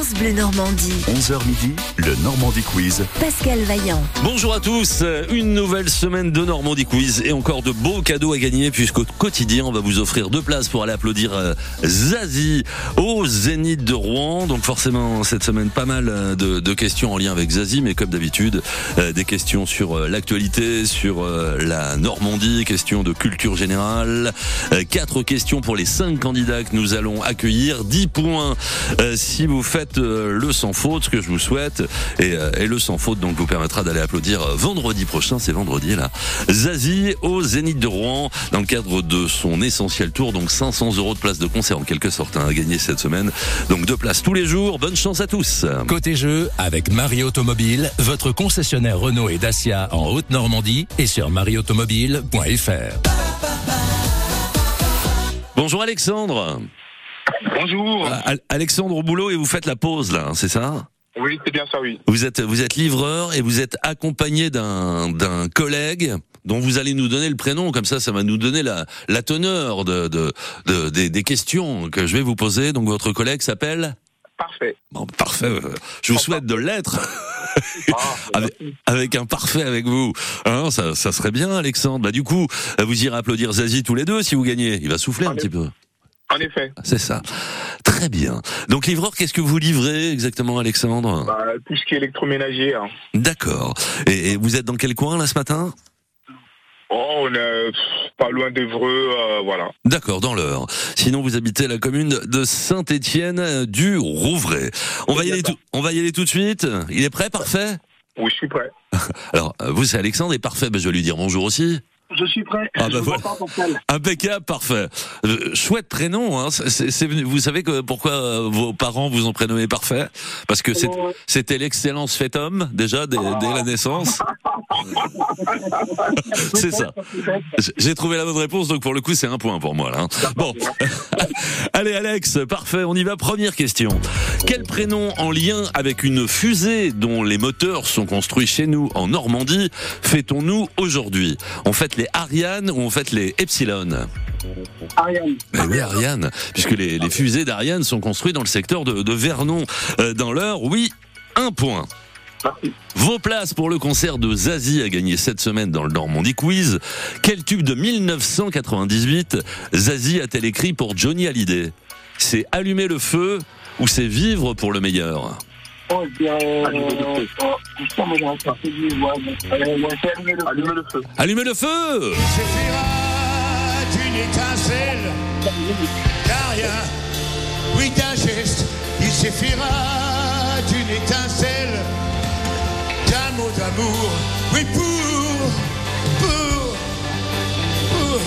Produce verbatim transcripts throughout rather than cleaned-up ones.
France Bleu Normandie. onze heures midi, le Normandie Quiz. Pascal Vaillant. Bonjour à tous, une nouvelle semaine de Normandie Quiz et encore de beaux cadeaux à gagner puisqu'au quotidien on va vous offrir deux places pour aller applaudir Zazie au Zénith de Rouen. Donc forcément cette semaine pas mal de, de questions en lien avec Zazie, mais comme d'habitude des questions sur l'actualité, sur la Normandie, questions de culture générale. Quatre questions pour les cinq candidats que nous allons accueillir, dix points si vous faites le sans faute, ce que je vous souhaite, et, et le sans faute donc vous permettra d'aller applaudir vendredi prochain, c'est vendredi là, Zazie au Zénith de Rouen dans le cadre de son essentiel tour, donc cinq cents euros de place de concert en quelque sorte hein, à gagner cette semaine, donc deux places tous les jours. Bonne chance à tous. Côté jeu avec Marie Automobile, votre concessionnaire Renault et Dacia en Haute-Normandie et sur marie automobile point f r. Bonjour Alexandre. Bonjour. Al- Alexandre au boulot et vous faites la pause là, c'est ça ? Oui, c'est bien ça, oui. Vous êtes vous êtes livreur et vous êtes accompagné d'un d'un collègue dont vous allez nous donner le prénom, comme ça ça va nous donner la la teneur de de, de des, des questions que je vais vous poser. Donc votre collègue s'appelle ? Parfait. Bon, parfait. Je vous souhaite de l'être. Ah, avec, avec un parfait avec vous. Hein, ça ça serait bien Alexandre. Bah du coup, vous irez applaudir Zazie tous les deux si vous gagnez. Il va souffler un petit peu. En effet. C'est ça. Très bien. Donc livreur, qu'est-ce que vous livrez exactement Alexandre ? Bah, tout ce qui est électroménager. Hein. D'accord. Et, et vous êtes dans quel coin là ce matin ? Oh, on est pff, pas loin d'Évreux, euh, voilà. D'accord, dans l'Eure. Sinon vous habitez la commune de Saint-Étienne du Rouvray. On va y aller tout, on va y aller tout de suite. Il est prêt, parfait ? Oui, je suis prêt. Alors, vous c'est Alexandre et parfait, ben, je vais lui dire bonjour aussi. Je suis prêt. Ah bah voilà. Impeccable, parfait. Euh, chouette prénom. Hein. C'est, c'est, vous savez que pourquoi euh, vos parents vous ont prénommé parfait ? Parce que c'est, c'était l'excellence fait homme déjà dès, dès la naissance. C'est ça. J'ai trouvé la bonne réponse, donc pour le coup c'est un point pour moi là. Hein. Bon, allez Alex, parfait. On y va. Première question. Quel prénom en lien avec une fusée dont les moteurs sont construits chez nous en Normandie fêtons-nous aujourd'hui ? On fête les Ariane ou on fête les Epsilon ? Ariane. Mais oui, Ariane, puisque les, les fusées d'Ariane sont construites dans le secteur de, de Vernon, euh, dans l'Eure. Oui, un point. Merci. Vos places pour le concert de Zazie à gagner cette semaine dans le Normandie Quiz. Quel tube de dix-neuf cent quatre-vingt-dix-huit Zazie a-t-elle écrit pour Johnny Hallyday ? C'est Allumer le feu ou c'est Vivre pour le meilleur ? Oh, je dirais... Allumer le feu. Oh, moi, j'aurais pas fait du... Ouais, c'est allumer le feu. Allumer le feu. Allumer le feu ! Il suffira d'une étincelle, d'un rien, oui d'un geste. Il suffira d'une étincelle, d'un mot d'amour, oui pour, pour, pour.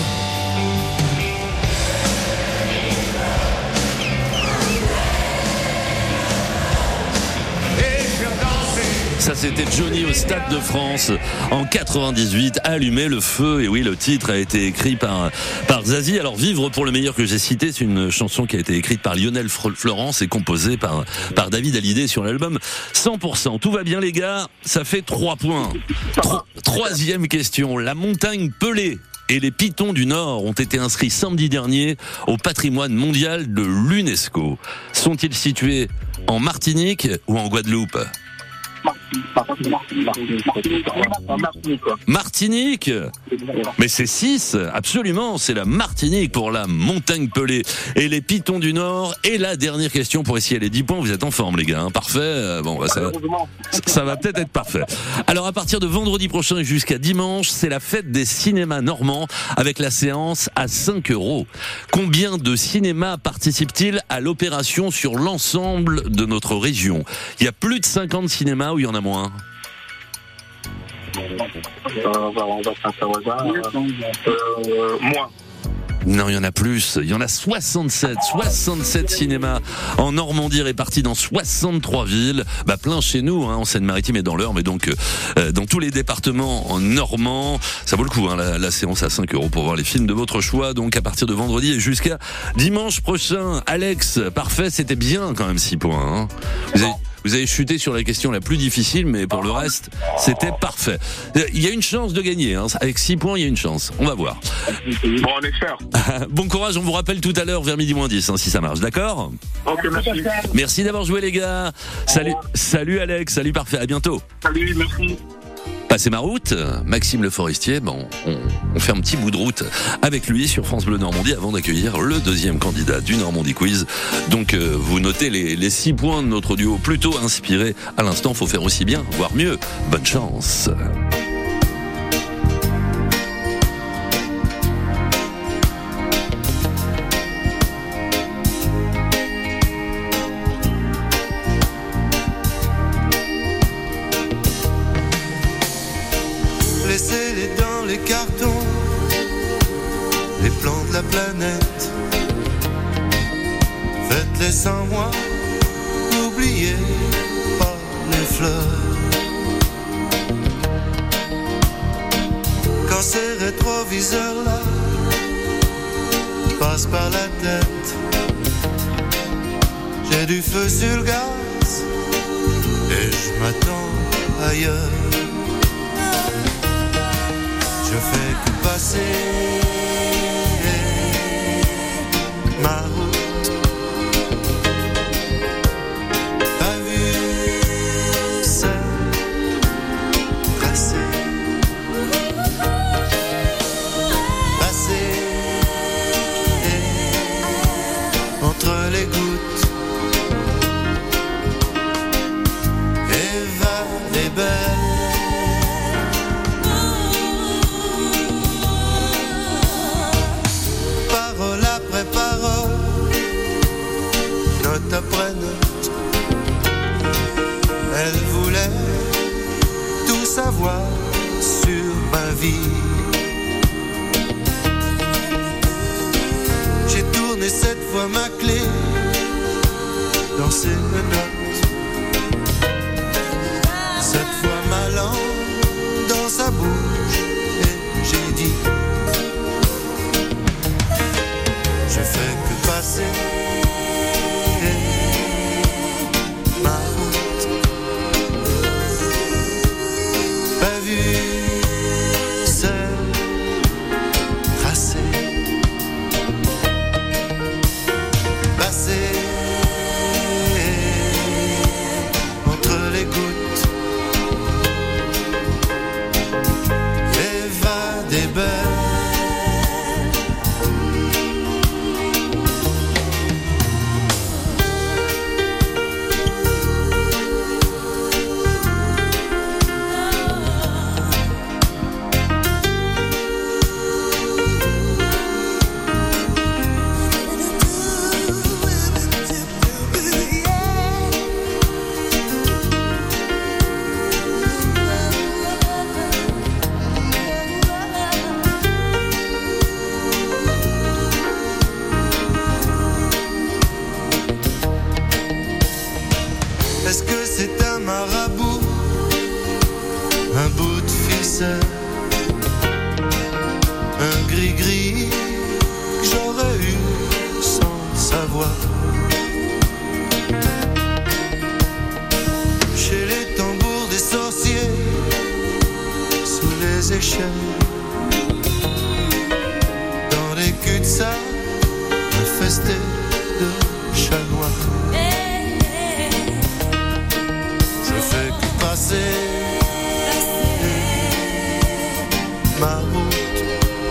Et faire danser. Ça c'était Johnny au Stade de France en quatre-vingt-dix-huit, Allumer le feu. Et oui, le titre a été écrit par par Zazie. Alors Vivre pour le meilleur que j'ai cité, c'est une chanson qui a été écrite par Lionel Florence et composée par par David Hallyday sur l'album cent pour cent. Tout va bien les gars, ça fait trois points. Tro- troisième question, la montagne Pelée et les Pitons du Nord ont été inscrits samedi dernier au patrimoine mondial de l'UNESCO. Sont-ils situés en Martinique ou en Guadeloupe ? Martinique. Mais c'est six, absolument, c'est la Martinique pour la montagne Pelée et les Pitons du Nord. Et la dernière question pour essayer les dix points, vous êtes en forme les gars, hein, parfait. Bon, bah, ça, ça va peut-être être parfait. Alors à partir de vendredi prochain et jusqu'à dimanche, c'est la fête des cinémas normands avec la séance à cinq euros. Combien de cinémas participent-ils à l'opération sur l'ensemble de notre région ? Il y a plus de cinquante cinémas ou il y en a moins ? Euh, on va, on va passer au hasard. Euh, moins. Non, il y en a plus. Il y en a soixante-sept. soixante-sept cinémas en Normandie répartis dans soixante-trois villes. Bah, plein chez nous, hein, en Seine-Maritime et dans l'Eure, mais donc euh, dans tous les départements normands. Ça vaut le coup, hein, la, la séance à cinq euros pour voir les films de votre choix. Donc à partir de vendredi et jusqu'à dimanche prochain. Alex, parfait, c'était bien quand même six points. Hein. Vous avez, Vous avez chuté sur la question la plus difficile, mais pour le reste, c'était parfait. Il y a une chance de gagner, hein. Avec six points, il y a une chance. On va voir. Bon, on espère. Bon courage, on vous rappelle tout à l'heure vers midi moins dix, hein, si ça marche, d'accord? Ok, merci. Merci d'avoir joué les gars. Salut, salut Alex, salut parfait, à bientôt. Salut, merci. Passez ma route, Maxime Le Forestier, bon, on, on fait un petit bout de route avec lui sur France Bleu Normandie avant d'accueillir le deuxième candidat du Normandie Quiz. Donc euh, vous notez les, les six points de notre duo plutôt inspiré. À l'instant, faut faire aussi bien, voire mieux. Bonne chance. Laissez-les dans les cartons, les plans de la planète. Faites-les sans moi, n'oubliez pas les fleurs. Quand ces rétroviseurs-là passent par la tête, j'ai du feu sur le gaz et je m'attends ailleurs. Je fais que passer ma route, pas vu seul tracé, passer entre les gouttes et va les belles. Après note, elle voulait tout savoir sur ma vie. J'ai tourné cette fois ma clé dans ses menottes, cette fois ma langue dans sa bouche et j'ai dit: je fais que passer un gris-gris que j'aurais eu sans savoir. Chez les tambours des sorciers, sous les échelles, dans les cul-de-sac infestés de chats noirs. Je fais que passer ma route,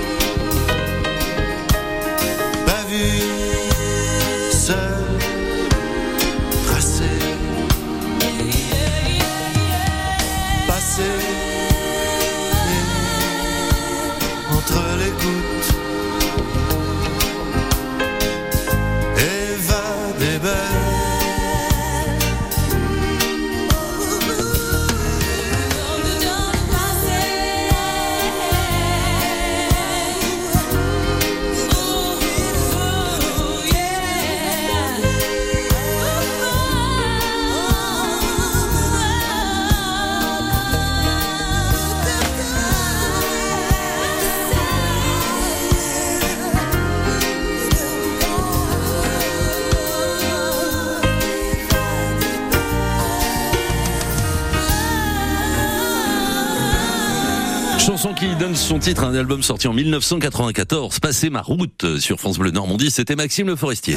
pas vue, seule, tracée, passer chanson qui donne son titre à un album sorti en mille neuf cent quatre-vingt-quatorze, Passer ma route sur France Bleu Normandie, c'était Maxime Le Forestier.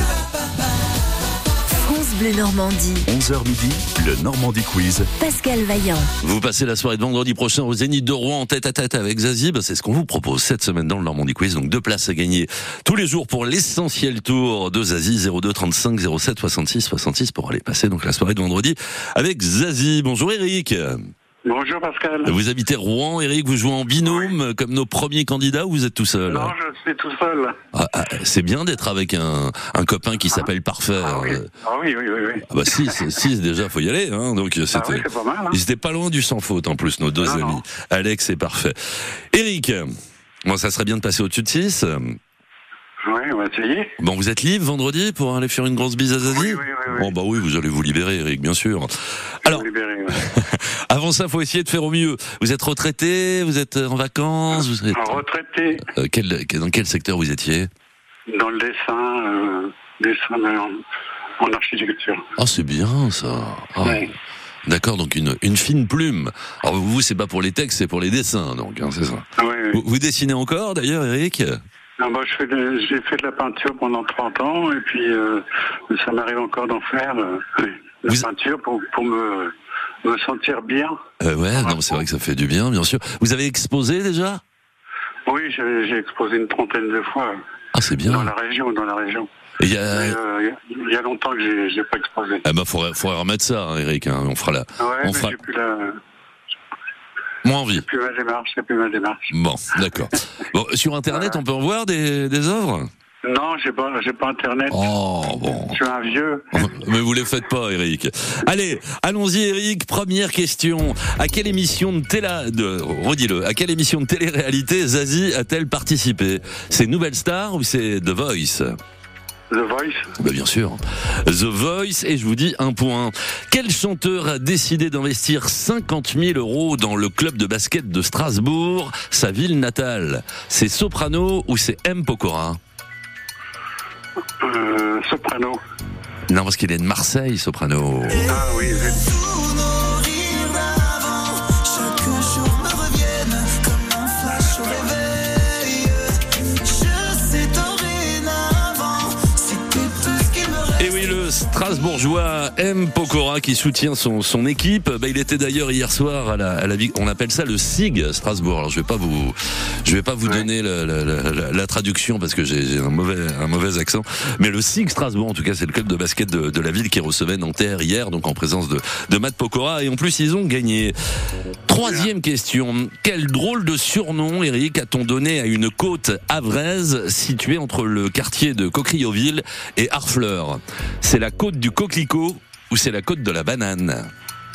France Bleu Normandie. onze heures midi, le Normandie Quiz. Pascal Vaillant. Vous passez la soirée de vendredi prochain au Zénith de Rouen en tête à tête avec Zazie, bah c'est ce qu'on vous propose cette semaine dans le Normandie Quiz. Donc deux places à gagner tous les jours pour l'essentiel tour de Zazie, zéro deux trente-cinq zéro sept soixante-six soixante-six pour aller passer donc la soirée de vendredi avec Zazie. Bonjour Eric. Bonjour Pascal. Vous habitez Rouen, Eric, vous jouez en binôme oui. comme nos premiers candidats ou vous êtes tout seul? Non, je suis tout seul. Ah, ah, c'est bien d'être avec un, un copain qui s'appelle Parfait. Ah oui, ah, oui, oui, oui. oui. Ah bah six, six déjà, faut y aller. Hein, donc c'était, ah oui, c'est pas mal. Hein. Ils étaient pas loin du sans faute en plus, nos deux ah, amis, non. Alex et Parfait. Eric, bon, ça serait bien de passer au-dessus de six. Oui, on va essayer. Bon, vous êtes libre vendredi pour aller faire une grosse bise à Zazie? Oui, oui, oui, oui. Bon, bah oui, vous allez vous libérer, Eric, bien sûr. Alors, libérer, ouais. avant ça, faut essayer de faire au mieux. Vous êtes retraité, vous êtes en vacances, vous êtes... Retraité. Euh, quel, dans quel secteur vous étiez? Dans le dessin, euh, dessin en, en architecture. Ah, c'est bien ça. Ah. Ouais. D'accord, donc une, une fine plume. Alors vous, c'est pas pour les textes, c'est pour les dessins, donc, hein, c'est ça. Oui, oui. Vous, vous dessinez encore, d'ailleurs, Eric? Non, bah, je fais de, j'ai fait de la peinture pendant trente ans, et puis euh, ça m'arrive encore d'en faire, euh, la vous... peinture pour, pour me, me sentir bien. Euh, ouais, non, c'est vrai que ça fait du bien, bien sûr. Vous avez exposé déjà? Oui, j'ai, j'ai exposé une trentaine de fois. Ah, c'est bien. Dans la région, dans la région. Il y, a... euh, y a longtemps que j'ai, j'ai pas exposé. Ah bah, faudrait, faudrait remettre ça, hein, Eric, hein, on fera la... Ouais, on mais fera... j'ai plus la... Moins envie. C'est plus ma démarche, c'est plus ma démarche. Bon, d'accord. Bon, sur Internet, voilà. On peut en voir des, des œuvres? Non, j'ai pas, j'ai pas Internet. Oh, bon. Je suis un vieux. Mais vous les faites pas, Eric. Allez, allons-y, Eric. Première question. À quelle émission de télé, de, redis-le, à quelle émission de télé-réalité Zazie a-t-elle participé? C'est Nouvelle Star ou c'est The Voice? The Voice. Bah bien sûr. The Voice, et je vous dis un point. Quel chanteur a décidé d'investir cinquante mille euros dans le club de basket de Strasbourg, sa ville natale? C'est Soprano ou c'est M. Pokora? Euh, Soprano. Non, parce qu'il est de Marseille, Soprano. Ah oui, j'ai... Strasbourgeois M. Pokora qui soutient son, son équipe. Bah, il était d'ailleurs hier soir à la, à la, on appelle ça le S I G Strasbourg. Alors je vais pas vous, je vais pas vous ouais. donner la, la, la, la traduction parce que j'ai, j'ai un mauvais, un mauvais accent. Mais le S I G Strasbourg, en tout cas, c'est le club de basket de, de la ville qui recevait Nanterre hier, donc en présence de, de Matt Pokora. Et en plus, ils ont gagné. Troisième question. Quel drôle de surnom, Eric, a-t-on donné à une côte havraise située entre le quartier de Coquilloville et Harfleur? C'est la côte du coquelicot ou c'est la côte de la banane?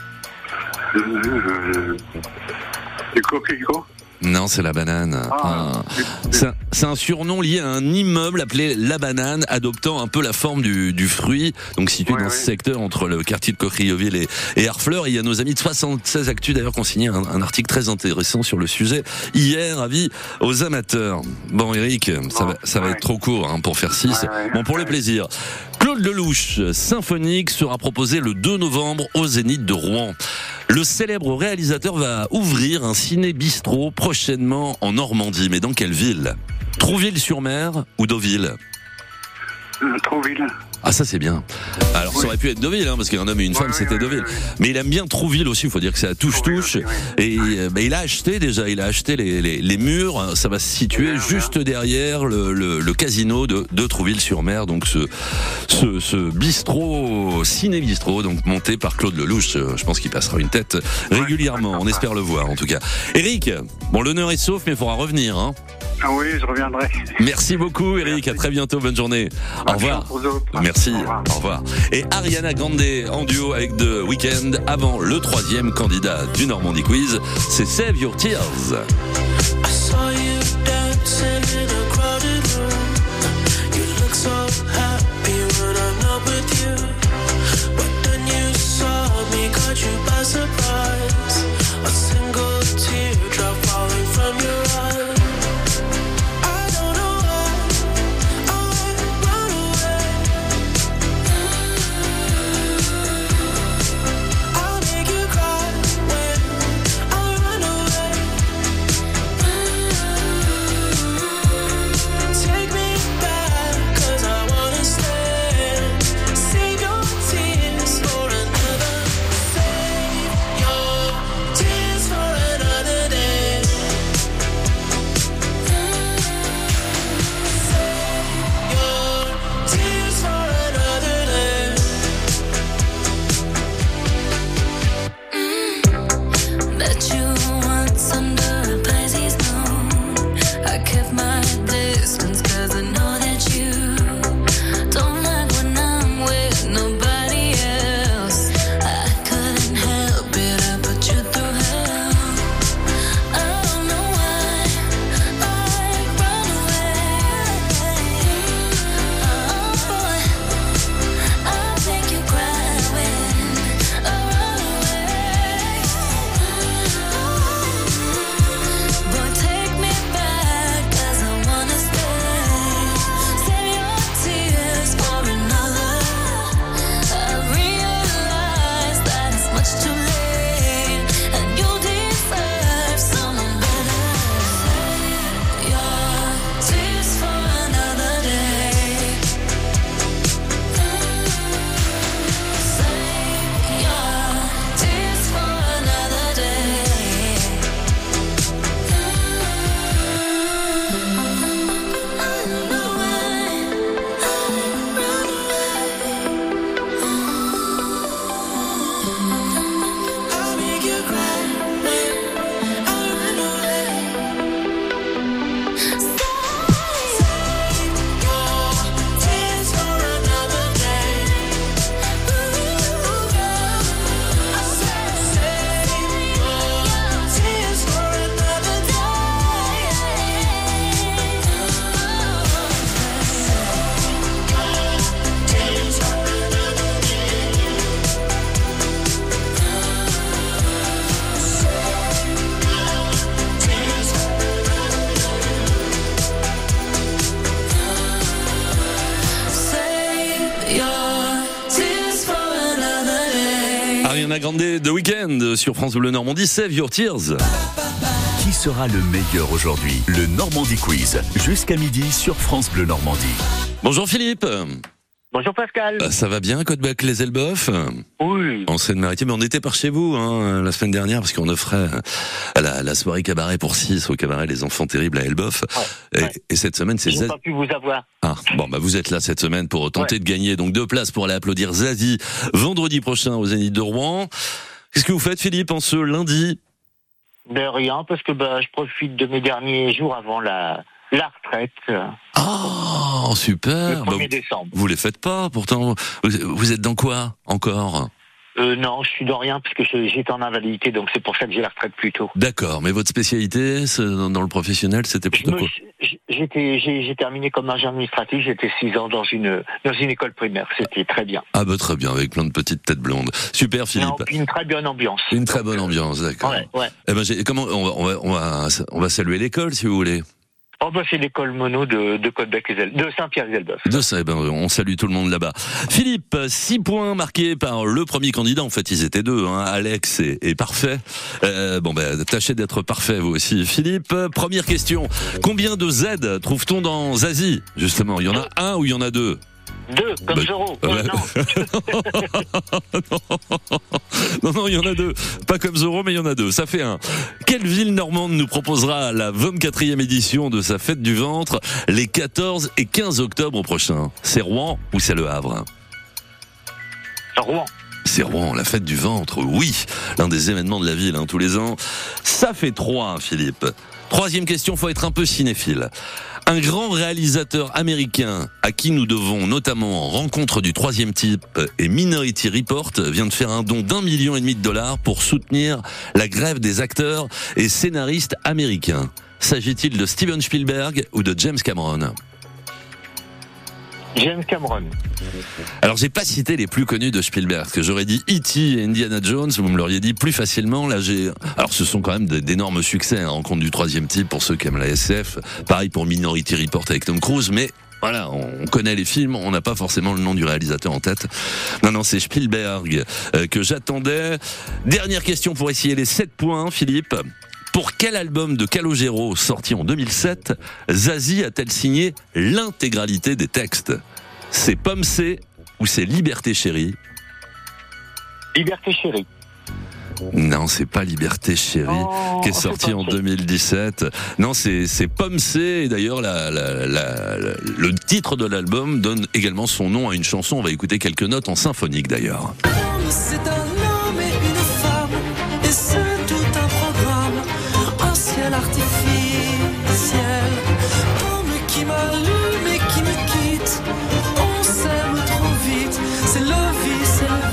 euh, Du coquelicot? Non, c'est la banane. Ah, ah. C'est, un, c'est un surnom lié à un immeuble appelé La Banane, adoptant un peu la forme du, du fruit, donc situé oui, dans oui. ce secteur entre le quartier de Coquilloville et, et Harfleur. Et il y a nos amis de soixante-seize Actu d'ailleurs qui ont signé un, un article très intéressant sur le sujet hier, avis aux amateurs. Bon, Eric, ça va, ça va ouais. être trop court hein, pour faire six. Ouais, ouais. Bon, pour le plaisir. Claude Lelouch, symphonique, sera proposé le deux novembre au Zénith de Rouen. Le célèbre réalisateur va ouvrir un ciné-bistrot prochainement en Normandie. Mais dans quelle ville? Trouville-sur-Mer ou Deauville? euh, Trouville. Ah, ça c'est bien. Alors oui. Ça aurait pu être Deauville, hein, parce qu'un homme et une femme, oui, c'était oui, Deauville. Oui, oui. Mais il aime bien Trouville aussi, il faut dire que c'est à touche-touche. Oui, oui, oui. Et oui. Bah, il a acheté déjà, il a acheté les, les, les murs. Ça va se situer oui, juste oui. derrière le, le, le casino de, de Trouville-sur-Mer. Donc ce, ce, ce bistrot, ciné-bistrot, donc monté par Claude Lelouch. Je pense qu'il passera une tête régulièrement. Oui, on espère le voir en tout cas. Eric, bon, l'honneur est sauf, mais il faudra revenir. Hein. Ah oui, je reviendrai. Merci beaucoup, Eric. Merci. À très bientôt. Bonne journée. Au revoir. Merci. Au revoir. Au revoir. Et Ariana Grande en duo avec The Weeknd avant le troisième candidat du Normandie Quiz. C'est Save Your Tears. Ariana Grande de Weekend sur France Bleu Normandie, Save Your Tears. Qui sera le meilleur aujourd'hui? Le Normandie Quiz, jusqu'à midi sur France Bleu Normandie. Bonjour Philippe. Bonjour Pascal. Bah, ça va bien, Côte-Bec, les Elbeuf? Oui. En Seine-Maritime, on était par chez vous hein, la semaine dernière parce qu'on offrait la, la soirée cabaret pour six au cabaret Les Enfants Terribles à Elbeuf. Ouais, et, ouais. et cette semaine, c'est J'ai Zazie. pas pu vous avoir. Ah, bon, bah vous êtes là cette semaine pour tenter Ouais. de gagner donc deux places pour aller applaudir Zazie vendredi prochain au Zénith de Rouen. Qu'est-ce que vous faites, Philippe, en ce lundi? De rien, parce que bah, je profite de mes derniers jours avant la, la retraite, euh, Oh, le super. Bah, premier vous, décembre. vous les faites pas, pourtant. Vous, vous êtes dans quoi encore? Euh, non, je suis dans rien, parce que je- j'étais en invalidité, donc c'est pour ça que j'ai la retraite plus tôt. D'accord, mais votre spécialité c'est dans, dans le professionnel, c'était Je plutôt me quoi? suis- J'étais, j'ai, j'ai terminé comme agent administratif, j'étais six ans dans une, dans une école primaire, c'était très bien. Ah bah très bien, avec plein de petites têtes blondes. Super Philippe. Non, puis une très bonne ambiance. Une très bonne ambiance, d'accord. Ouais, ouais. Eh ben, j'ai, comment on va, on va, on va, on va saluer l'école si vous voulez. Oh bah c'est l'école mono de, de Côte-Bec-les-Elbeuf, de Saint-Pierre-les-Elbeuf. De ça, eh ben, on salue tout le monde là-bas. Philippe, six points marqués par le premier candidat. En fait, ils étaient deux. Hein. Alex et, et Parfait. Euh, bon, ben, tâchez d'être parfait vous aussi, Philippe. Première question. Combien de Z trouve-t-on dans Zazie? Justement, il y en a un ou il y en a deux? Deux, comme Bah, Zorro. ouais. Euh, non. Non, non, il y en a deux. Pas comme Zorro, mais il y en a deux. Ça fait un. Quelle ville normande nous proposera la vingt-quatrième édition de sa fête du ventre les quatorze et quinze octobre prochains? C'est Rouen ou c'est Le Havre? Rouen. C'est Rouen, la fête du ventre, oui. L'un des événements de la ville, hein, tous les ans. Ça fait trois, hein, Philippe. Troisième question, faut être un peu cinéphile. Un grand réalisateur américain à qui nous devons notamment Rencontre du troisième type et Minority Report vient de faire un don d'un million et demi de dollars pour soutenir la grève des acteurs et scénaristes américains. S'agit-il de Steven Spielberg ou de James Cameron? James Cameron. Alors j'ai pas cité les plus connus de Spielberg, parce que j'aurais dit E T et Indiana Jones, vous me l'auriez dit plus facilement. Là j'ai, alors ce sont quand même d'énormes succès, hein, Rencontre du troisième type pour ceux qui aiment la S F, pareil pour Minority Report avec Tom Cruise, mais voilà, on connaît les films, on n'a pas forcément le nom du réalisateur en tête. Non, non, c'est Spielberg euh, que j'attendais. Dernière question pour essayer les sept points, Philippe. Pour quel album de Calogero sorti en deux mille sept, Zazie a-t-elle signé l'intégralité des textes? C'est Pomme C ou c'est Liberté Chérie? Liberté chérie. Non, c'est pas Liberté Chérie, Oh, qui est c'est sorti pas en ça. deux mille dix-sept. Non, c'est c'est Pomme C. Et d'ailleurs, la, la, la, la- le titre de l'album donne également son nom à une chanson. On va écouter quelques notes en symphonique d'ailleurs. C'est un homme et une femme, et c'est tout un programme, un ciel artificiel, homme qui m'allume et qui me quitte, on s'aime trop vite, c'est la vie, c'est la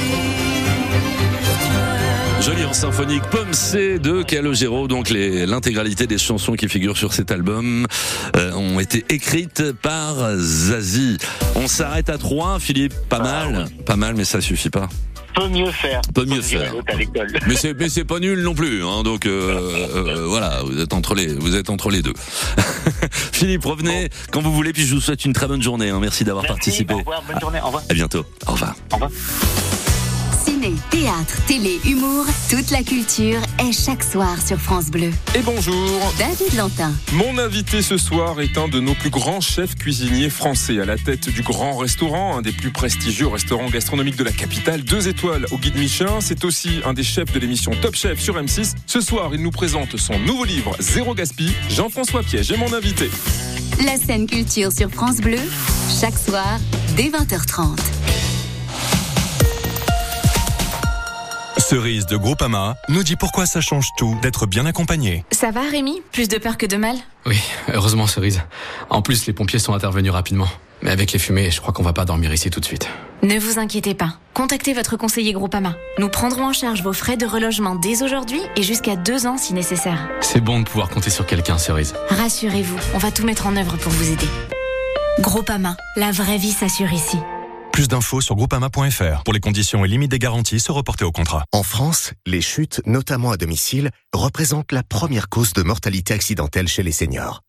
vie. Joli en symphonique, Pomme C de Calogero. Donc les, l'intégralité des chansons qui figurent sur cet album euh, ont été écrites par Zazie. On s'arrête à trois, Philippe. Pas mal, pas mal, mais ça suffit pas. Peut mieux faire. Peut mieux Comme dirait faire. l'autre à l'école. Mais c'est mais c'est pas nul non plus, hein, donc euh, euh, voilà, vous êtes entre les vous êtes entre les deux. Philippe, revenez quand vous voulez, puis je vous souhaite une très bonne journée. Hein. Merci d'avoir Merci, participé. Au revoir, bonne journée, au revoir. À bientôt. Au revoir. Au revoir. Ciné, théâtre, télé, humour, toute la culture est chaque soir sur France Bleu. Et bonjour. David Lantin. Mon invité ce soir est un de nos plus grands chefs cuisiniers français, à la tête du Grand Restaurant, un des plus prestigieux restaurants gastronomiques de la capitale, deux étoiles au guide Michelin. C'est aussi un des chefs de l'émission Top Chef sur M six. Ce soir, il nous présente son nouveau livre Zéro Gaspi. Jean-François Piège est mon invité. La scène culture sur France Bleu, chaque soir dès vingt heures trente. Cerise de Groupama nous dit pourquoi ça change tout d'être bien accompagné. Ça va Rémi? Plus de peur que de mal? Oui, heureusement Cerise. En plus, les pompiers sont intervenus rapidement. Mais avec les fumées, je crois qu'on va pas dormir ici tout de suite. Ne vous inquiétez pas. Contactez votre conseiller Groupama. Nous prendrons en charge vos frais de relogement dès aujourd'hui et jusqu'à deux ans si nécessaire. C'est bon de pouvoir compter sur quelqu'un, Cerise. Rassurez-vous, on va tout mettre en œuvre pour vous aider. Groupama, la vraie vie s'assure ici. Plus d'infos sur groupama point f r. Pour les conditions et limites des garanties, se reporter au contrat. En France, les chutes, notamment à domicile, représentent la première cause de mortalité accidentelle chez les seniors.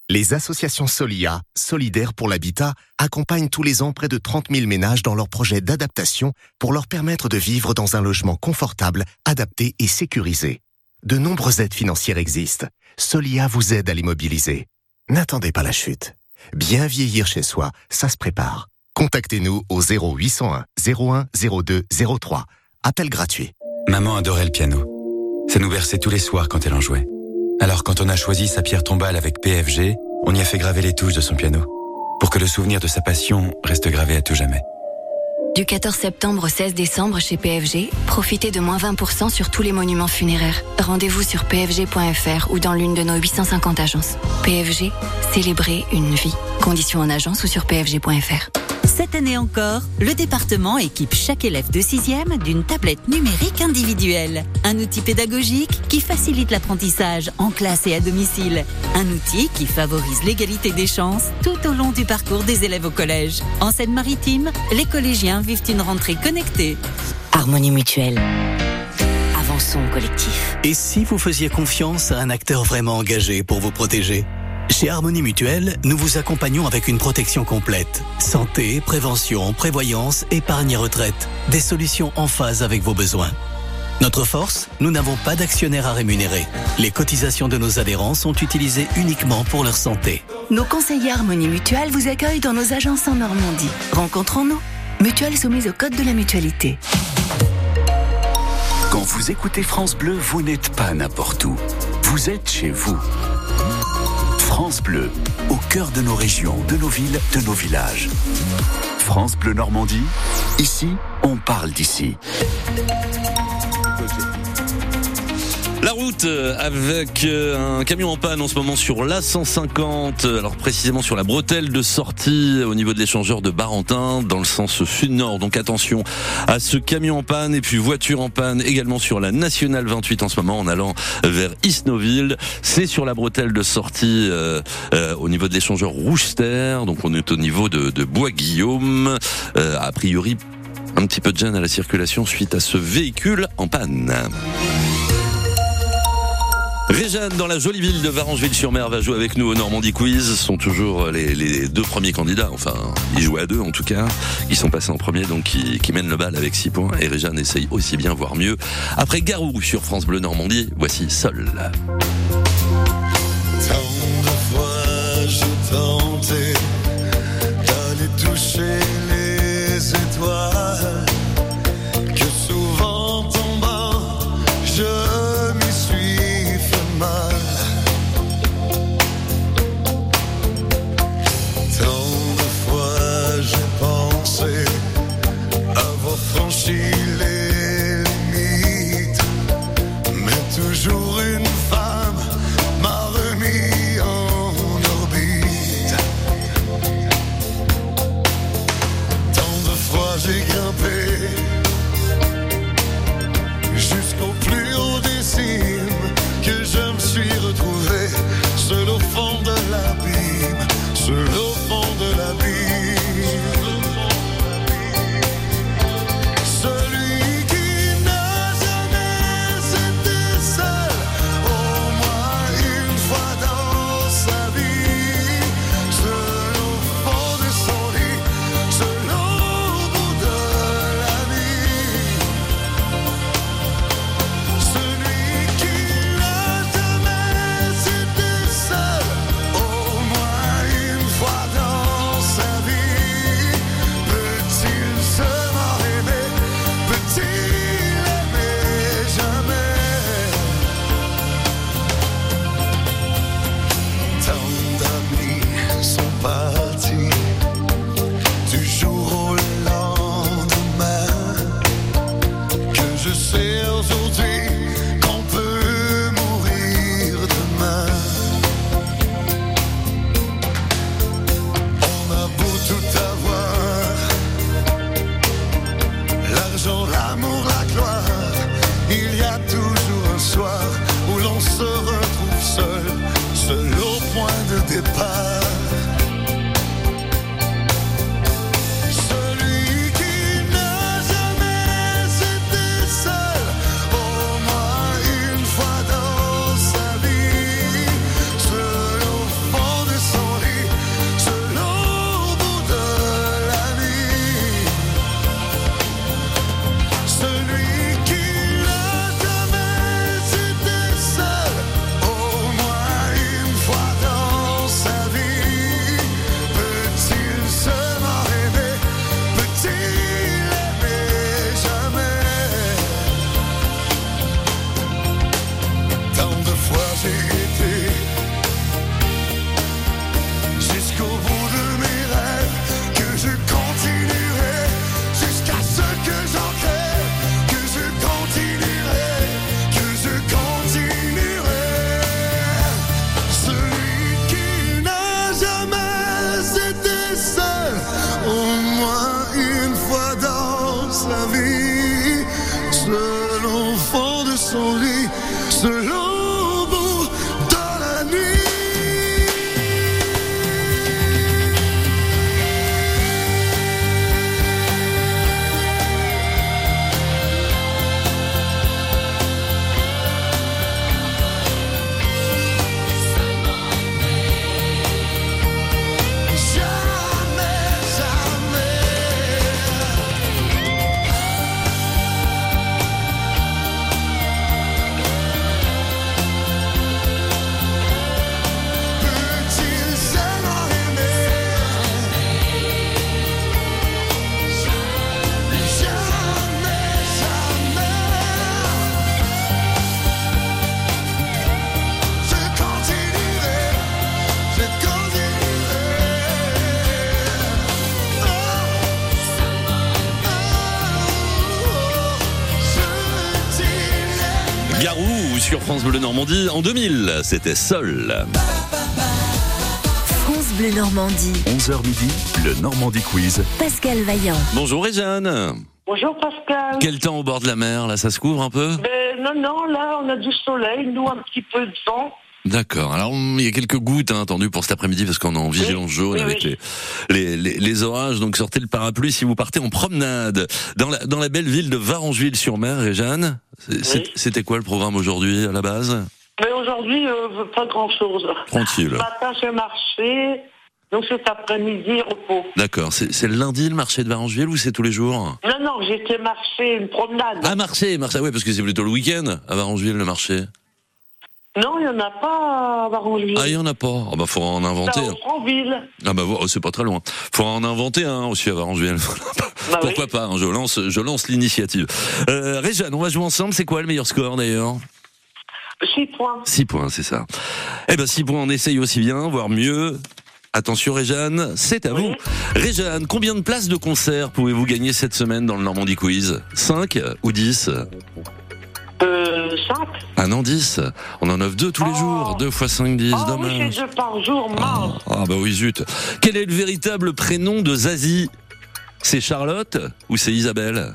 Les associations Solia, solidaires pour l'habitat, accompagnent tous les ans près de trente mille ménages dans leurs projets d'adaptation pour leur permettre de vivre dans un logement confortable, adapté et sécurisé. De nombreuses aides financières existent. Solia vous aide à les mobiliser. N'attendez pas la chute. Bien vieillir chez soi, ça se prépare. Contactez-nous au zéro huit cent un zéro un zéro deux zéro trois. Appel gratuit. Maman adorait le piano. Ça nous berçait tous les soirs quand elle en jouait. Alors quand on a choisi sa pierre tombale avec P F G, on y a fait graver les touches de son piano, pour que le souvenir de sa passion reste gravé à tout jamais. Du quatorze septembre au seize décembre chez P F G, profitez de moins vingt pour cent sur tous les monuments funéraires. Rendez-vous sur p f g point f r ou dans l'une de nos huit cent cinquante agences. P F G, célébrer une vie. Conditions en agence ou sur p f g point f r. Cette année encore, le département équipe chaque élève de sixième d'une tablette numérique individuelle. Un outil pédagogique qui facilite l'apprentissage en classe et à domicile. Un outil qui favorise l'égalité des chances tout au long du parcours des élèves au collège. En Seine-Maritime, les collégiens vivent une rentrée connectée. Harmonie Mutuelle. Avançons collectif. Et si vous faisiez confiance à un acteur vraiment engagé pour vous protéger ? Chez Harmonie Mutuelle, nous vous accompagnons avec une protection complète. Santé, prévention, prévoyance, épargne et retraite. Des solutions en phase avec vos besoins. Notre force, nous n'avons pas d'actionnaires à rémunérer. Les cotisations de nos adhérents sont utilisées uniquement pour leur santé. Nos conseillers Harmonie Mutuelle vous accueillent dans nos agences en Normandie. Rencontrons-nous. Mutuelle soumise au code de la mutualité. Quand vous écoutez France Bleu, vous n'êtes pas n'importe où. Vous êtes chez vous. France Bleu, au cœur de nos régions, de nos villes, de nos villages. France Bleu Normandie, ici, on parle d'ici. La route avec un camion en panne en ce moment sur l'A cent cinquante, alors précisément sur la bretelle de sortie au niveau de l'échangeur de Barentin dans le sens sud-nord. Donc attention à ce camion en panne et puis voiture en panne également sur la Nationale vingt-huit en ce moment en allant vers Isnoville. C'est sur la bretelle de sortie euh, euh, au niveau de l'échangeur Rouge-Terre. Donc on est au niveau de, de Bois-Guillaume. Euh, a priori un petit peu de gêne à la circulation suite à ce véhicule en panne. Réjeanne, dans la jolie ville de Varengeville-sur-Mer, va jouer avec nous au Normandie Quiz. Ce sont toujours les, les deux premiers candidats, enfin, ils jouent à deux en tout cas, qui sont passés en premier, donc qui, qui mènent le bal avec six points. Et Réjeanne essaye aussi bien, voire mieux. Après Garou sur France Bleu Normandie, voici Sol. Tant de fois j'ai tenté d'aller toucher les étoiles, que souvent tombant, je m'y suis fait mal. Tant de fois j'ai pensé avoir franchi les limites, mais toujours une femme m'a remis en orbite. Tant de fois j'ai grimpé jusqu'au plus haut des cimes, que je me suis retrouvé seul au fond de l'abîme, seul au fond de l'abîme. Celui qui n'a jamais été seul, au moins une fois dans sa vie, seul au fond de son lit, seul au bout de la nuit. Celui qui n'a jamais été seul, au moins une fois dans sa vie, peut-il seulement aimer, peut-il aimer jamais? Tant d'amis sont partis du jour au lendemain, que je sais aujourd'hui qu'on peut mourir demain. On a beau tout avoir, l'argent, l'amour, la gloire, il y a toujours un soir où l'on se retrouve seul, seul au point de départ. Celui qui n'a jamais été seul, au moins une fois dans sa vie, seul au fond de seul au fond de son lit, seul au bout de la nuit. Garou sur France Bleu Normandie en deux mille, c'était Seul. France Bleu Normandie. onze heures midi, le Normandie Quiz. Pascal Vaillant. Bonjour Réjeanne. Bonjour Pascal. Quel temps au bord de la mer, là, ça se couvre un peu? Ben, non, non, là on a du soleil, nous un petit peu de vent. D'accord. Alors il y a quelques gouttes hein, attendues pour cet après-midi parce qu'on est en vigilance oui, jaune oui, avec oui. Les, les, les les orages. Donc sortez le parapluie si vous partez en promenade dans la dans la belle ville de Varengeville-sur-Mer. Réjeanne, oui. C'était quoi le programme aujourd'hui à la base? Mais aujourd'hui euh, pas grand-chose. Tranquille. Ce matin j'ai marché, donc cet après-midi repos. D'accord. C'est, c'est le lundi le marché de Varengeville ou c'est tous les jours? Non non, j'étais marcher une promenade. Ah marché, marché. Ouais, parce que c'est plutôt le week-end à Varengeville le marché. Non, il n'y en a pas à Varengeville. Ah, il n'y en a pas. Ah bah, faudra en inventer. C'est en ville. Ah bah, c'est pas très loin. Faudra en inventer un hein, aussi à Varengeville. Bah Pourquoi oui. pas hein, je lance, je lance l'initiative. Euh, Réjeanne, on va jouer ensemble. C'est quoi le meilleur score d'ailleurs? six points. six points, c'est ça. Eh ben, six points, on essaye aussi bien, voire mieux. Attention Réjeanne, c'est à oui. vous. Réjeanne, combien de places de concert pouvez-vous gagner cette semaine dans le Normandie Quiz? cinq ou dix? Euh, cinq. Ah non, dix. On en offre deux tous les oh. jours. deux fois cinq, dix, oh, dommage. Oui, c'est deux par jour, mince. Ah bah oui, zut. Quel est le véritable prénom de Zazie? C'est Charlotte ou c'est Isabelle?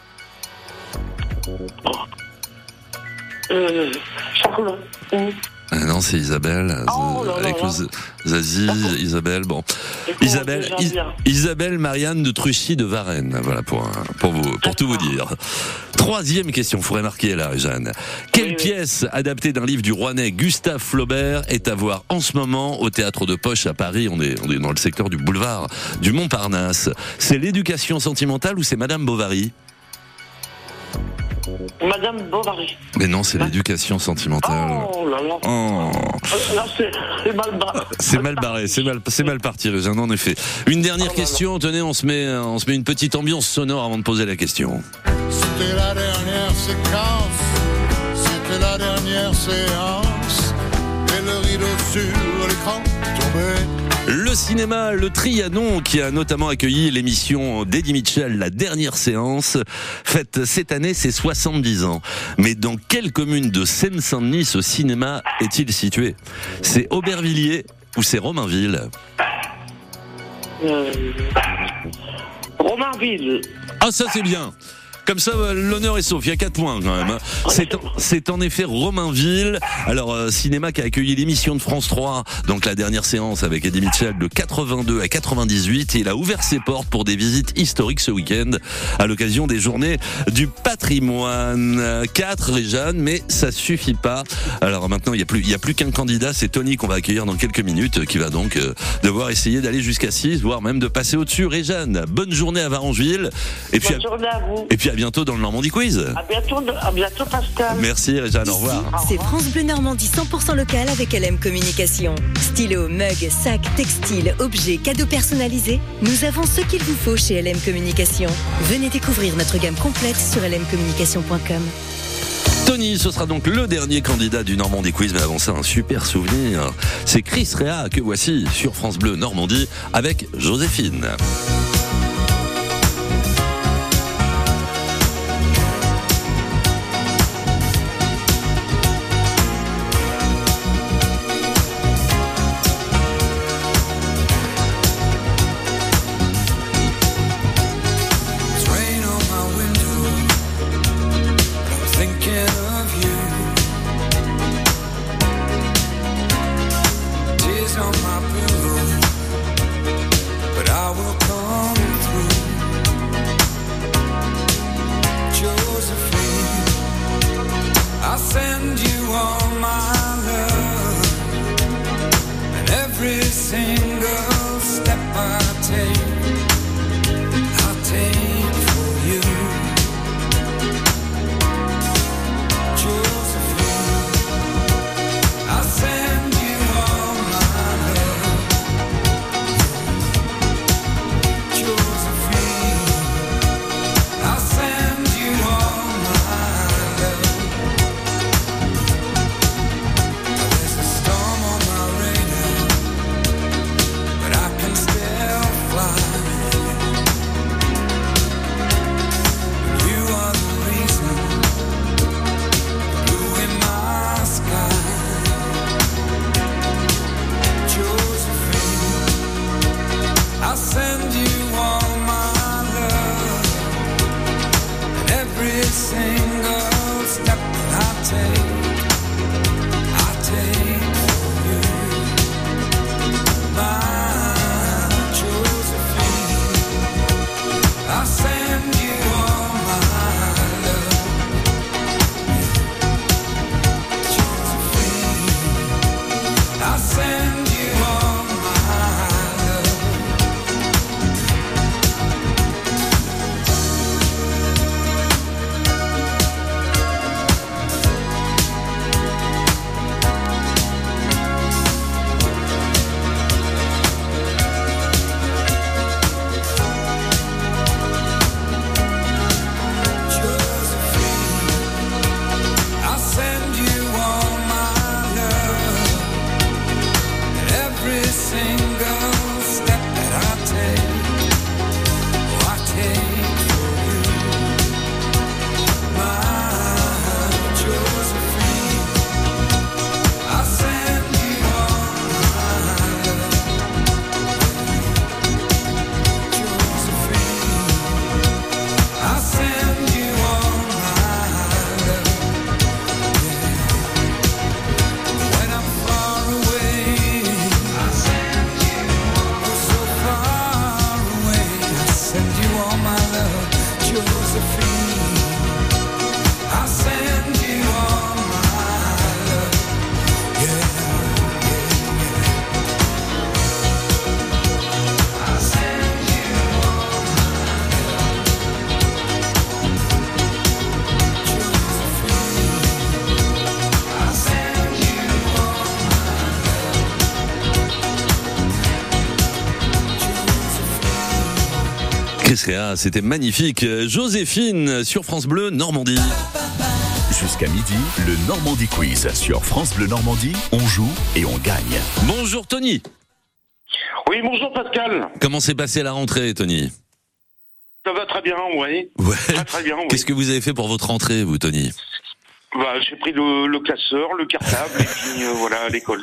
oh. euh, Charlotte. Mmh. Ah non, c'est Isabelle. Oh, là, avec là, là. le Zazie, Isabelle. Bon, Isabelle, Is- Isabelle Marianne de Truchy de Varennes. Voilà pour pour vous, pour tout vous dire. Troisième question, faudrait marquer là, Jeanne. Quelle oui, pièce oui. adaptée d'un livre du Rouennais Gustave Flaubert est à voir en ce moment au Théâtre de Poche à Paris? On est on est dans le secteur du boulevard du Montparnasse. C'est L'éducation sentimentale ou c'est Madame Bovary? Madame Bovary. Mais non, c'est L'éducation sentimentale. Oh là là. Oh. Là, c'est, c'est mal barré. C'est mal barré, c'est mal, c'est mal parti, Réjeanne, en effet. Une dernière oh question, là. Tenez, on se met, on se met une petite ambiance sonore avant de poser la question. C'était la dernière séquence, c'était la dernière séance, et le rideau sur l'écran tombait. Le cinéma Le Trianon, qui a notamment accueilli l'émission d'Eddie Mitchell, La Dernière Séance, fête cette année ses soixante-dix ans. Mais dans quelle commune de Seine-Saint-Denis ce cinéma est-il situé? C'est Aubervilliers ou c'est Romainville? euh... Romainville. Ah ça c'est bien. Comme ça, l'honneur est sauf. Il y a quatre points quand même. C'est, c'est en effet Romainville. Alors, euh, cinéma qui a accueilli l'émission de France trois, donc la dernière séance avec Eddie Mitchell de quatre-vingt-deux à quatre-vingt-dix-huit. Et il a ouvert ses portes pour des visites historiques ce week-end à l'occasion des journées du patrimoine. Quatre, Réjeanne, mais ça suffit pas. Alors maintenant, il y a plus, il y a plus qu'un candidat. C'est Tony qu'on va accueillir dans quelques minutes, qui va donc euh, devoir essayer d'aller jusqu'à six, voire même de passer au-dessus. Réjeanne, bonne journée à Varengeville. Et puis, bonne journée à vous. Et puis à bientôt dans le Normandie Quiz. À bientôt, à bientôt Pascal. Merci Réjeanne, au revoir. C'est France Bleu Normandie cent pour cent local avec L M Communication. Stylo, mug, sac, textile, objets, cadeaux personnalisés. Nous avons ce qu'il vous faut chez L M Communication. Venez découvrir notre gamme complète sur l m communication point com. Tony, ce sera donc le dernier candidat du Normandie Quiz, mais avant ça, un super souvenir. C'est Chris Rea que voici sur France Bleu Normandie avec Joséphine. C'était magnifique. Joséphine sur France Bleu Normandie. Jusqu'à midi, le Normandie Quiz sur France Bleu Normandie. On joue et on gagne. Bonjour Tony. Oui, bonjour Pascal. Comment s'est passée la rentrée, Tony? Ça va très bien, oui. Ouais. Très très bien, oui. Qu'est-ce que vous avez fait pour votre rentrée, vous, Tony? Bah, j'ai pris le, le classeur, le cartable, et puis euh, voilà, à l'école.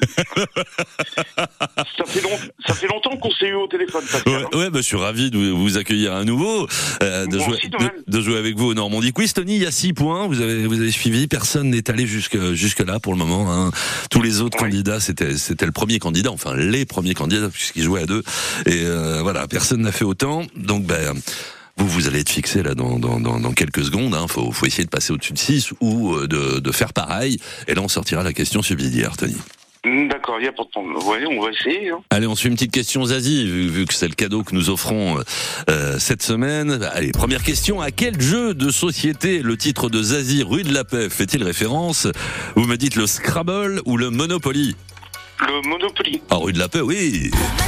ça, fait long, ça fait longtemps qu'on s'est eu au téléphone, Pascal. Ouais, ouais bah, je suis ravi de vous, vous accueillir à nouveau, euh, de, jouer, aussi, de, de jouer avec vous au Normandie Quiz. Tony, il y a six points, vous avez, vous avez suivi, personne n'est allé jusque, jusque là pour le moment. Hein. Tous les autres oui. candidats, c'était, c'était le premier candidat, enfin les premiers candidats, puisqu'ils jouaient à deux. Et euh, voilà, personne n'a fait autant, donc ben... Vous, vous allez être fixé là dans, dans, dans, dans quelques secondes. Hein. Faut, faut essayer de passer au-dessus de six ou de, de faire pareil. Et là, on sortira la question subsidiaire, Tony. D'accord, il n'y a pas de temps. Ouais, on va essayer. Hein. Allez, on se fait une petite question Zazie, vu, vu que c'est le cadeau que nous offrons euh, cette semaine. Allez, première question. À quel jeu de société le titre de Zazie, rue de la Paix, fait-il référence? Vous me dites le Scrabble ou le Monopoly? Le Monopoly. Ah, rue de la Paix, oui.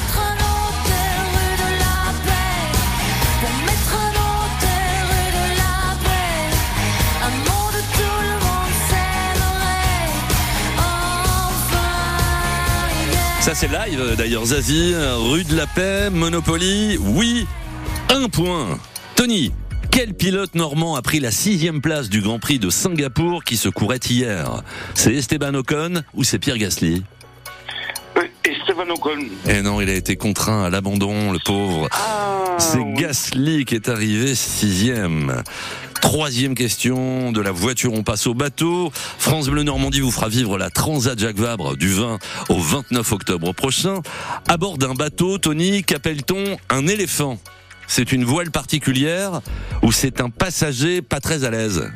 Ça c'est live d'ailleurs, Zazie, rue de la Paix, Monopoly, oui, un point. Tony, quel pilote normand a pris la sixième place du Grand Prix de Singapour qui se courait hier? C'est Esteban Ocon ou c'est Pierre Gasly? euh, Esteban Ocon. Eh non, il a été contraint à l'abandon, le pauvre. Ah, c'est oui. Gasly qui est arrivé sixième. Troisième question de la voiture, on passe au bateau. France Bleu Normandie vous fera vivre la Transat Jacques Vabre du vingt au vingt-neuf octobre prochain. À bord d'un bateau, Tony, qu'appelle-t-on un éléphant? C'est une voile particulière ou c'est un passager pas très à l'aise?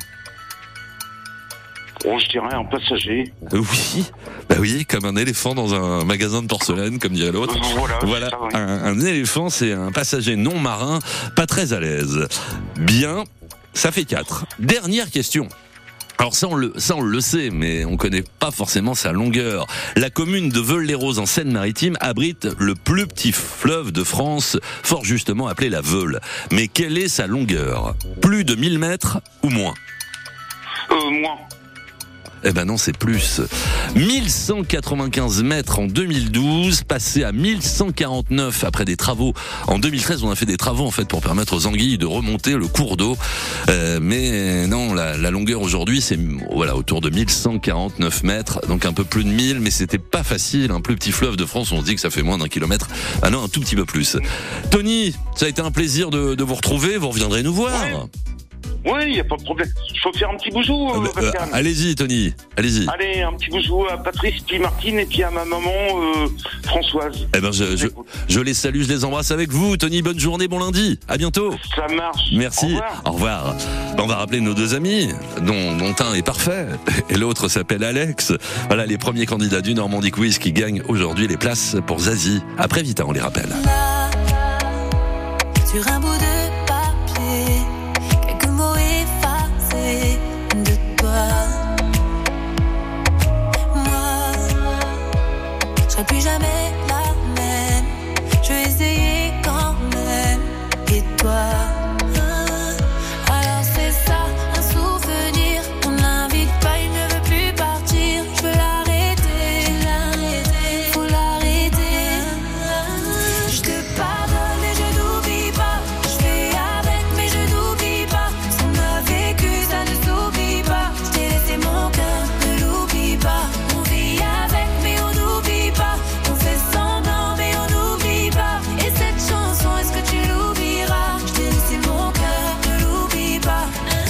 Oh, je dirais un passager. Oui, bah oui, comme un éléphant dans un magasin de porcelaine, comme dirait l'autre. Euh, voilà, voilà. Ça, oui. un, un éléphant, c'est un passager non marin, pas très à l'aise. Bien. Ça fait quatre. Dernière question. Alors ça on, le, ça on le sait, mais on connaît pas forcément sa longueur. La commune de Veules-les-Roses en Seine-Maritime abrite le plus petit fleuve de France, fort justement appelé la Veule. Mais quelle est sa longueur? Plus de mille mètres ou moins? Euh, moins. Eh ben non, c'est plus. mille cent quatre-vingt-quinze mètres en deux mille douze, passé à mille cent quarante-neuf après des travaux. En deux mille treize, on a fait des travaux en fait pour permettre aux anguilles de remonter le cours d'eau. Euh, mais non, la, la longueur aujourd'hui, c'est voilà autour de mille cent quarante-neuf mètres, donc un peu plus de mille, mais c'était pas facile. Un plus petit fleuve de France, on se dit que ça fait moins d'un kilomètre. Ah non, un tout petit peu plus. Tony, ça a été un plaisir de, de vous retrouver. Vous reviendrez nous voir. Ouais. Oui, il n'y a pas de problème. Il faut faire un petit bousou, euh, Euh, Pascal. allez-y, Tony. Allez-y. Allez, un petit bousou à Patrice, puis Martine, et puis à ma maman, euh, Françoise. Eh ben, je, je, je les salue, je les embrasse avec vous. Tony, bonne journée, bon lundi. À bientôt. Ça marche. Merci. Au revoir. Au revoir. Ben, on va rappeler nos deux amis, dont, dont un est parfait et l'autre s'appelle Alex. Voilà les premiers candidats du Normandie Quiz qui gagnent aujourd'hui les places pour Zazie. Après Vita, on les rappelle. Sur un bout de papier, quelques mots effacés de toi. Moi, je serai plus jamais la même. Je vais essayer quand même. Et toi, alors c'est ça, un souvenir. On l'invite pas, il ne veut plus partir. Je veux l'arrêter, l'arrêter, faut l'arrêter. Je te pardonne et je n'oublie pas. Je fais avec mais je n'oublie pas. Ce qu'on a vécu, ça ne s'oublie pas. Je t'ai laissé mon cœur, ne l'oublie pas. On vit avec mais on n'oublie pas. On fait semblant mais on n'oublie pas. Et cette chanson, est-ce que tu l'oublieras? Je t'ai laissé mon cœur, ne l'oublie pas.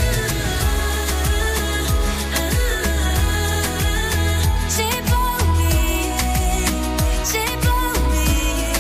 J'ai pas oublié, j'ai pas oublié.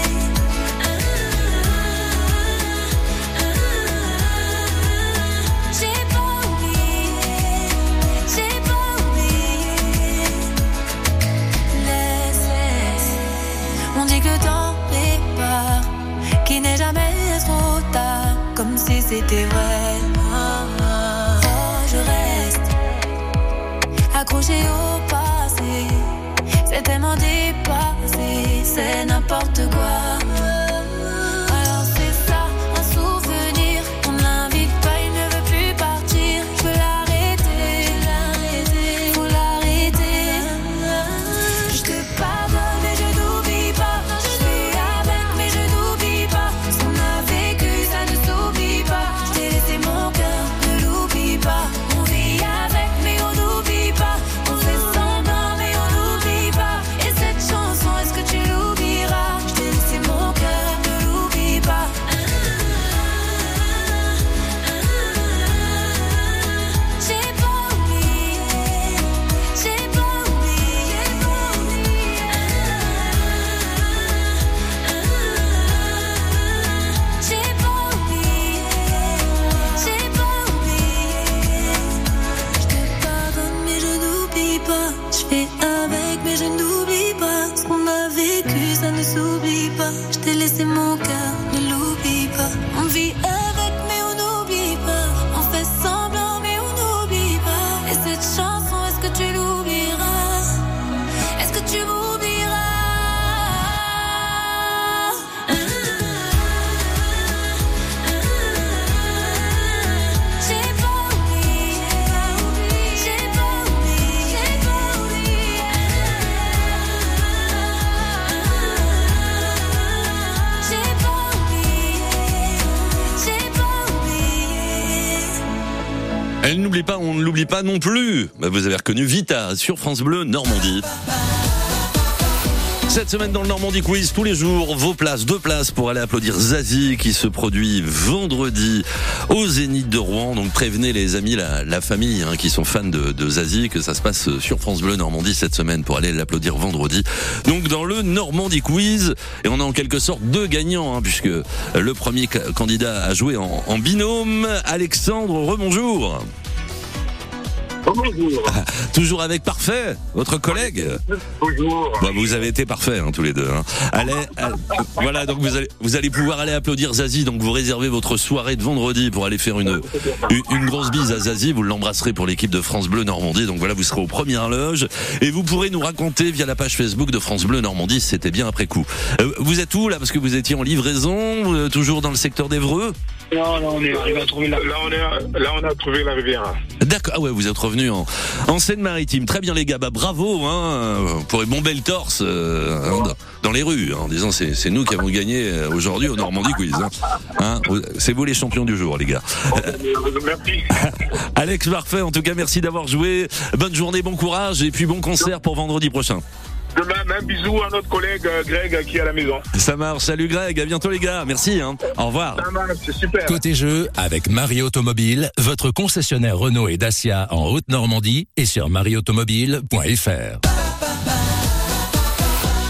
J'ai pas oublié, j'ai pas oublié. Laisse, laisse. On dit que le temps répare, qu'il n'est jamais trop tard, comme si c'était vrai. Oh, je reste accroché au passé, c'est tellement dépassé, c'est n'importe quoi. Alors c'est ça, un souvenir, on l'invite pas, il ne veut plus partir. Je veux l'arrêter, l'arrêter, faut l'arrêter. Je te pardonne et je n'oublie pas. Je fais avec mais je n'oublie pas. Ce qu'on a vécu, ça ne s'oublie pas. Je t'ai laissé mon cœur, ne l'oublie pas. On vit avec mais on n'oublie pas. On fait semblant mais on n'oublie pas. Et cette chanson, est-ce que tu l'oublieras? Je t'ai laissé mon cœur, ne l'oublie pas. J'ai pas oublié, j'ai pas oublié, j'ai pas oublié. J'ai pas oublié, j'ai pas oublié. Je te pardonne mais je n'oublie pas. Je fais avec mais je n'oublie pas. Ce qu'on a vécu ça ne s'oublie pas. Je t'ai laissé mon cœur, ne l'oublie pas. On vit avec mais on n'oublie pas. On fait semblant mais on n'oublie pas. Et cette chanson, est-ce que tu l'oublieras? Est-ce que tu m'oublieras? J'ai pas oublié, j'ai pas oublié, j'ai pas oublié. J'ai pas oublié, j'ai pas oublié. Elle n'oublie pas, on ne l'oublie pas non plus. Bah, vous avez reconnu Vita sur France Bleu Normandie. Cette semaine dans le Normandie Quiz, tous les jours, vos places, deux places pour aller applaudir Zazie qui se produit vendredi au Zénith de Rouen. Donc prévenez les amis, la, la famille hein, qui sont fans de, de Zazie que ça se passe sur France Bleu Normandie cette semaine pour aller l'applaudir vendredi. Donc dans le Normandie Quiz, et on a en quelque sorte deux gagnants hein, puisque le premier ca- candidat a joué en, en binôme. Alexandre, rebonjour. Bonjour. Ah, toujours avec Parfait, votre collègue. Bonjour. Bon, vous avez été parfaits hein, tous les deux. Hein. Allez, allez, voilà, donc vous allez, vous allez pouvoir aller applaudir Zazie. Donc vous réservez votre soirée de vendredi pour aller faire une, une, une grosse bise à Zazie. Vous l'embrasserez pour l'équipe de France Bleu Normandie. Donc voilà, vous serez aux premières loges et vous pourrez nous raconter via la page Facebook de France Bleu Normandie si c'était bien après coup. Euh, vous êtes où là? Parce que vous étiez en livraison, euh, toujours dans le secteur d'Évreux. Non, là, on est arrivé à trouver la... Là, on est, là, on a trouvé la rivière. D'accord, ah ouais, vous êtes revenu en, en Seine-Maritime. Très bien les gars, bah bravo, hein, vous pourrez bomber le torse euh, hein, dans, dans les rues, hein, en disant c'est, c'est nous qui avons gagné aujourd'hui au Normandie Quiz. Hein. Hein, c'est vous les champions du jour les gars. Merci. Alex Parfait, en tout cas merci d'avoir joué. Bonne journée, bon courage et puis bon concert pour vendredi prochain. Demain, même un bisou à notre collègue euh, Greg qui est à la maison. Ça marche. Salut Greg, à bientôt les gars. Merci. Hein. Au revoir. Ça marche, c'est super. Côté jeu, avec Marie Automobile, votre concessionnaire Renault et Dacia en Haute-Normandie et sur marie automobile point f r.